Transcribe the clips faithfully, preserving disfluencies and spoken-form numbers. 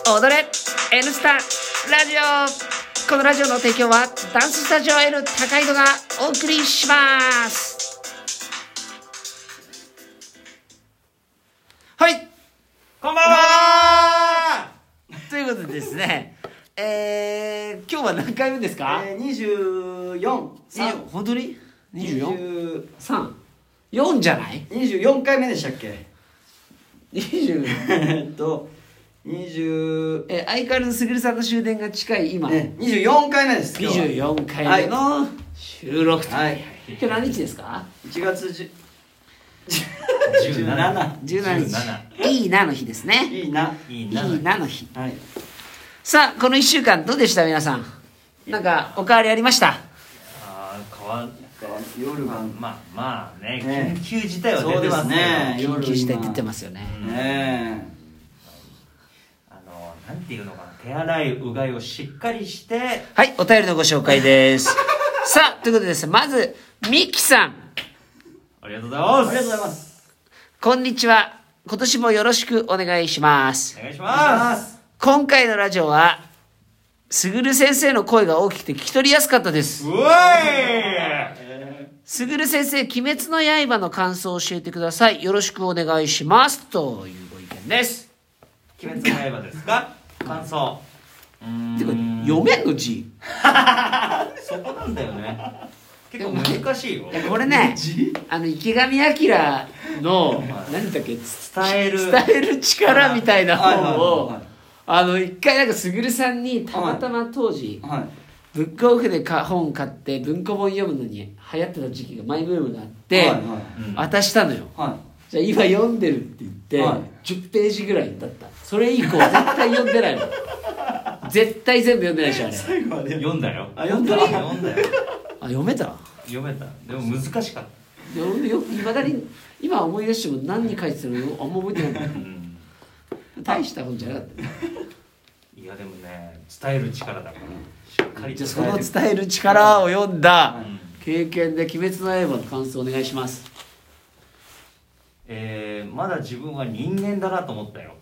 踊れ N スタラジオ。このラジオの提供はダンススタジオ N 高井戸がお送りします。はい、 こんばんはということでですね、えー、今日は何回目ですか？ えー、にじゅうよん、さん、 本当に にじゅうよん？ にじゅうさん、よんじゃない？ にじゅうよんかいめでしたっけ？ にじゅうえっとにじゅうえ相変わらずすぐるさんの終電が近い今、 ね、にじゅうよんかいめです。 にじゅうよんかいめの収録と、 はい、 今日何日ですか？ いちがつじゅうじゅうななじゅうしちにち、いいなの日ですね。 いいないいなの日。 はい。 さあこのいっしゅうかんどうでした皆さん？なんかお変わりありました？ あー変わ夜がまあまあね、 ね緊急事態は出てますね緊急事態出てますよね。 ねあのなんていうのかな、手洗いうがいをしっかりして。 はい、お便りのご紹介ですさあということでですね、まずミキさん、 ありがとうございます。 ありがとうございます。 こんにちは。今年もよろしくお願いします。 お願いしお願いしまますす。 今回のラジオはすぐる先生の声が大きくて聞き取りやすかったです。 うおいすぐる先生、鬼滅の刃の感想を教えてください。よろしくお願いしますというご意見です。 鬼滅の刃ですか？感想。うーんてか読めんの字そこなんだよね。結構難しいよ。 いやこれね、あの池上彰の何だっけ、伝伝える伝える力みたいなはいはい本をはいあの一回なんかすぐるさんにたまたま当時、 はいはいブックオフでか本買って文庫本読むのに流行ってた時期がマイブームがあって、 はいはいうん渡したのよ。 はじゃあ今読んでるって言って、 はいじゅっページぐらいだった。それ以降絶対読んでないの絶対全部読んでないでしょあれ。 最後まで読んだよ。 あ読んだ読んだよ。 あ、読めた？ 読めた。でも難しかった。 いや俺よいまだに今思い出しても何に書いてたのあんま覚えてない。 うん大した本じゃなかったよ。 いやでもね、伝える力だからしっかりとじゃあその伝える力を読んだうん経験で鬼滅の刃の感想お願いします。 えー、まだ自分は人間だなと思ったよ。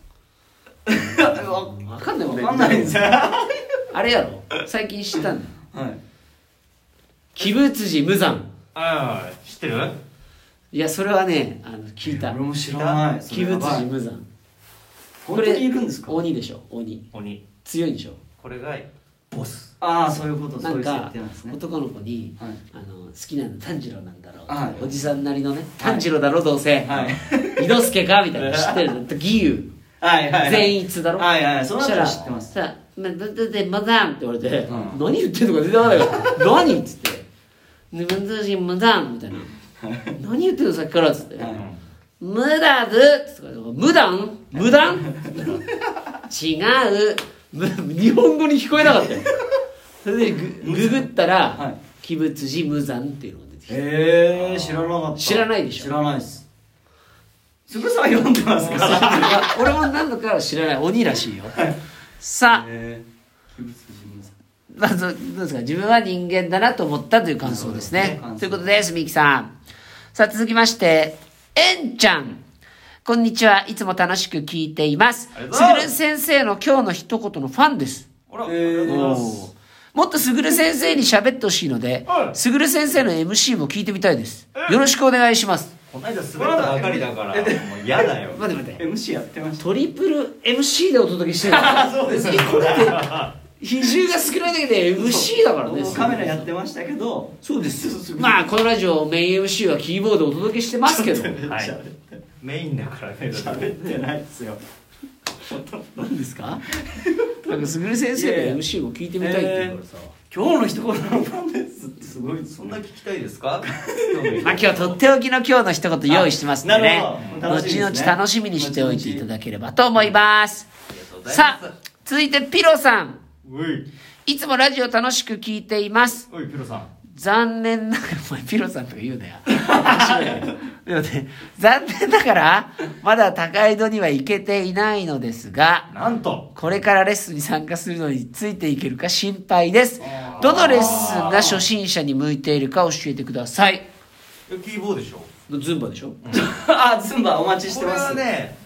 分かんないもんね。 わかんないんですよあれやろ最近知ったんだよ。 はい鬼仏寺無惨。 ああ、知ってる？ いやそれはねあの聞いた。 俺も知らない。 鬼仏寺無惨。 本当にいるんですか？ 鬼でしょ鬼。 鬼。 強いんでしょ。 これがボス。 ああ、そういうこと、そういう設なんか定なんですね。 男の子に、 はいあの好きなの炭治郎なんだろう、 はいおじさんなりのね炭治郎だろどうせ、 はい伊之助かみたいな知ってるの義勇はいはいはい。 善逸だろ。 はいはい、そのしたらあたり知ってます。 さあ「まだってマザン」って言われて「 うん何言ってんのか全然わかんないから「何?」っつって「ねマザンマザン」みたいな「何言ってんのさっきから」っつってはい 「無駄ず」っつって「無断無断」違うむ日本語に聞こえなかったよ。それでグググったらはい 「鬼仏寺無惨」っていうのが出てきて、 へえ、知らなかった。 知らないでしょ。 知らないです。つぐさんは読んでますから。 いや俺も何度かは知らない。鬼らしいよ。さあへー鬼仏寺無惨まずどうですか、自分は人間だなと思ったという感想ですね。 そうですねということですミキさん。さあ続きましてえんちゃん、こんにちは。いつも楽しく聞いています。 ありがとうございますすぐる先生の今日の一言のファンです。 あら、 えーありがとうございます。 もっとすぐる先生に喋ってほしいのではいすぐる先生の エムシー も聞いてみたいです。よろしくお願いします。 この間滑ったばかりだから、もう嫌だよ。 待って待って、 エムシー やってました。 トリプル エムシー でお届けしてるそうですね。 比重が少ないだけで エムシー だからね。 カメラやってましたけど、 そうですまあこのラジオメイン エムシー はキーボードでお届けしてますけどはい。メインだからね。 喋ってないですよ。 何ですか？なんかすぐる先生の エムシー も聞いてみたいって言うからさ、 今日の一言のファンですってすごいですね。 そんな聞きたいですか？ まあ今日とっておきの今日の一言用意してますんでね、 なるほど楽しみ後ですね 々楽しみにしておいていただければと思います。 ありがとうございさあます。 続いてピロさん、 おい、 いつもラジオ楽しく聞いています。 おい、ピロさん。 残念ながらお前ピロさんとか言うなよでもね、残念ながらまだ高井戸には行けていないのですが、 なんと。 これからレッスンに参加するのについていけるか心配です。どのレッスンが初心者に向いているか教えてください。 キーボードでしょ。 ズンバでしょ。 あ、ズンバお待ちしてこれます。 はね、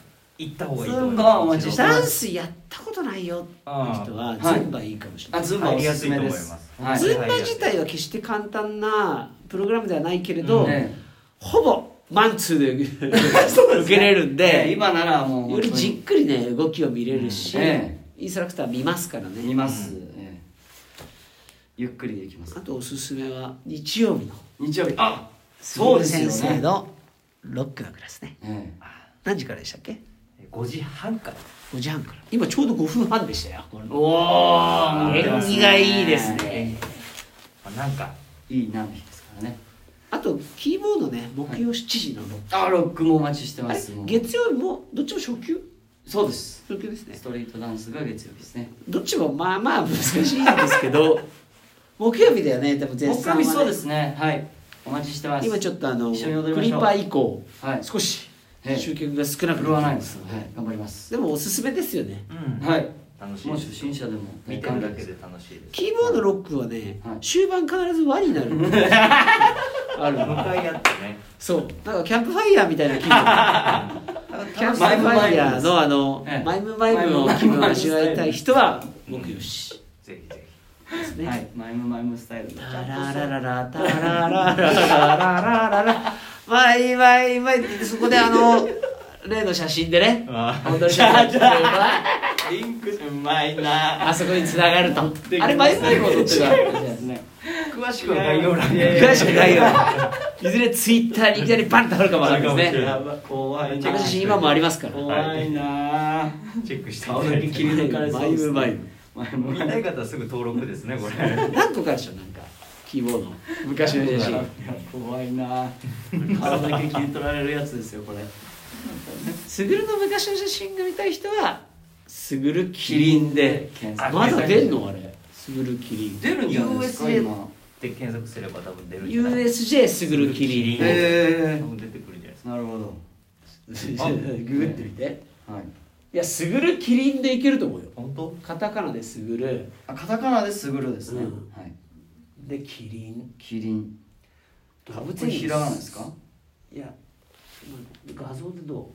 行った方がいいズと思いンバはおます。 待ちしてますダンスやったことないよって人ははいズンバいいかもしれない、 あズンバおすすめで入りやすすいと思いますはいズンバ自体は決して簡単なプログラムではないけれど、 うんえほぼマンツーでそうですね受けれるんええで、 今ならもうよりじっくりね動きを見れるし、 うんえインストラクター見ますからね。 見ます、 うんええゆっくりできますあとおすすめは日曜日の日曜日あそそううですよ先ね生のロックのクラスね。 え何時からでしたっけ？ ごじはんからごじはんから。今ちょうどごふんはんでしたよ。 えおお縁起がいいですね。 まあなんかいいなの日ですからねあとキーボードね、木曜しちじのロック、 あロックもお待ちしてあれますもう月曜日もどっちも初級そうです初級ですねス。トリートダンスが月曜日ですねどっちもまあまあ難しいんですけど木曜日だよね。でも絶木賛は、ね、 曜日そうですねはいお待ちしてます今ちょっとあの一緒に踊りクましょうリッパー以降、 はい少しええ集客が少なく振るわないなってますですはい頑張りますでもおすすめですよね。 うんはいもう楽しいです初心者でも見てるだけで楽しいです。 キーボードロックはね、 はい終盤必ず輪になるある向かい合ってね。 そうなんかキャンプファイヤーみたいな気分キャンプファイヤーのあのええマイムマイムの気分を味わいたい人は木曜しぜひぜですね、 はいマイムマイムスタイルでタララララタラララララララマイマイマイって言ってそこであの例の写真でねあ踊りたい人がひリンクうまいなあそこに繋がるとあれマイマイム踊ってるわけですね詳しひ。概要欄に。 詳しく概要欄いずれツイッターにいきなりバンと貼るかもわかんないですねやば怖いあの写真今もありますから怖いなチェックしてい顔だけただいて。 切り抜かれそうですねマイムマイム見たい方はすぐ登録ですねこれ。 何個かでしょなんかキーボードの昔の写真怖いな顔だけ切り取られるやつですよこれスグルの昔の写真が見たい人はスグルキリンで検索まだ出んのあれスグルキリン出るんじゃないですかユーエスジェー今で検索すれば多分出るんじゃないユーエスジェー スグルキリンへ多分出てくるんじゃないですか。 なるほどググってみてはいいやスグルキリンでいけると思うよ本当？ カタカナでスグルあカタカナでスグルですねうんはいでキリンキリン動物これひらがなですかいや画像でどう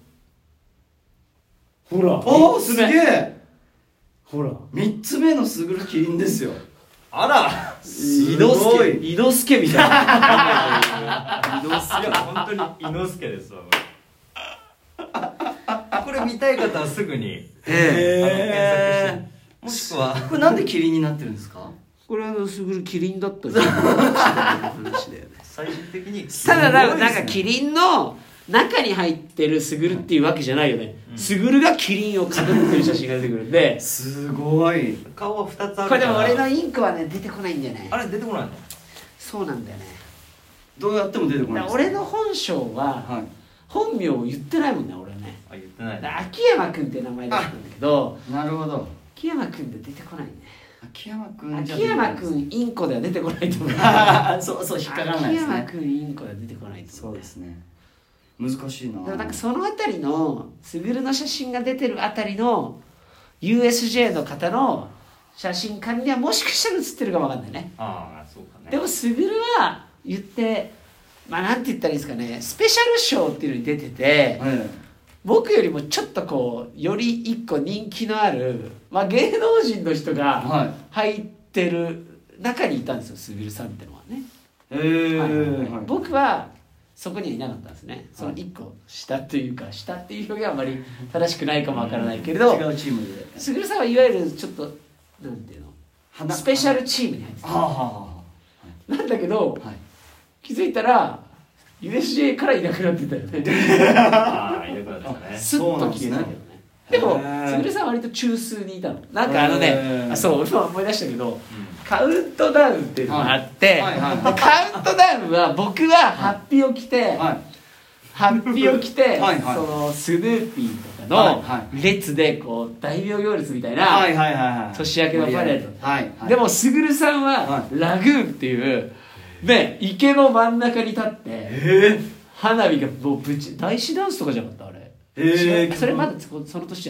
ほらおおす三つ目げえほら三つ目のスグルキリンですよあら。 伊之助伊之助みたいな伊之いや本当に伊之助ですわ。これ見たい方はすぐにへあの検索して。もしくはこれなんでキリンになってるんですかこれはあのスグルキリンだったじゃん話だよね最終的にただなんかすごいですねなんかキリンの中に入ってるスグルっていうわけじゃないよね、 うんスグルがキリンをかぶってる写真が出てくるんですごい顔はふたつあるから。 これでも俺のインクはね出てこないんだよねあれ出てこないの？ そうなんだよねどうやっても出てこだからないです俺の本性ははい本名を言ってないもんね俺ねあ言ってないだから秋山君っていう名前だったんだけどなるほど秋山君って出てこないね秋山くんじゃ秋山君インコでは出てこないと思うそうそう引っかからないです秋山ね君インコでは出てこないと思そううですね難しいなでもなんかそのあたりのスグルの写真が出てるあたりの ユーエスジェー の方の写真館にはもしかしたら写ってるかもわかんないねああそうかね。 でもスグルは言ってまあなんて言ったらいいですかねスペシャル賞っていうのに出ててえ僕よりもちょっとこうより一個人気のある、まあ、芸能人の人えがはい入ってる中にいたんですよスグルさんってのはね、 えーはいはいはいはい僕はそこにはいなかったんですねその一個下というか下っていう表現はあまり正しくないかもわからないけれど違うチームでスグルさんはいわゆるちょっとなんていうの花スペシャルチームに入ってはあはたなんだけどあはい気づいたら ユーエスジェー からいなくなってたよねああいなくなったね。 スッと消えたけどねでもへーすぐるさんは割と中枢にいたのなんかあのねへーあそう今思い出したけどカウントダウンっていうのがあって、 はいはいはいでカウントダウンは僕はハッピーを着て、 はいハッピーを着てはいはいそのスヌーピーとかはいはの列でこう大名行列みたいな、 はいはいはいはい年明けのパレードはいはいでもすぐるさんははラグーンっていうね池の真ん中に立ってえ花火がもうぶち大師ダンスとかじゃなかったあれ、 えーそれまだそその年じゃない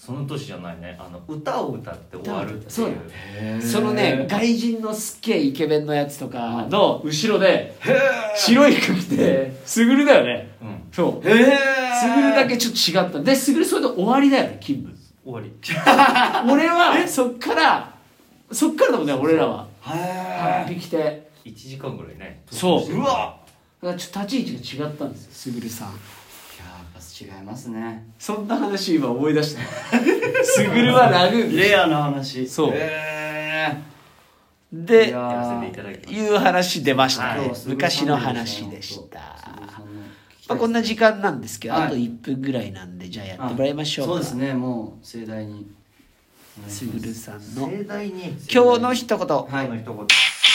その年じゃないね、あの歌を歌って終わるっていう。 そうだそのね外人のすっげえイケメンのやつとかの後ろで白い服着てスグルだよね、 うん、 そうへえスグルだけちょっと違ったでスグルそれで終わりだよね勤務終わり俺はそっからそっからだもんね俺らはへ一匹ていちじかんぐらいね。 そううわだからちょっと立ち位置が違ったんですよスグルさん。 いややっぱ違いますね。 そんな話今思い出したスグルはラグーンレアな話。 そうへでいややらせていただきます。 いう話出ましたね、 はい昔の話でした。まあ、こんな時間間なんですけど、 はいあといっぷんぐらいなんでじゃあやってもらいましょうか。 そうですね、もう盛大にすぐるさんの盛大に今日の一言、 はい今日の一言。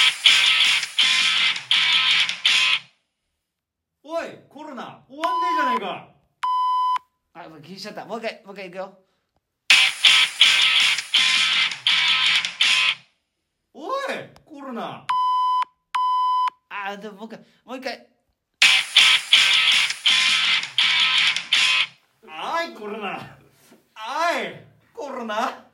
おいコロナ終わんねえじゃないか。 あもう気にしちゃった。もう一回もう一回いくよ。 おいコロナ。 あでももう一回もう一回。 あいコロナ。あいコロナ。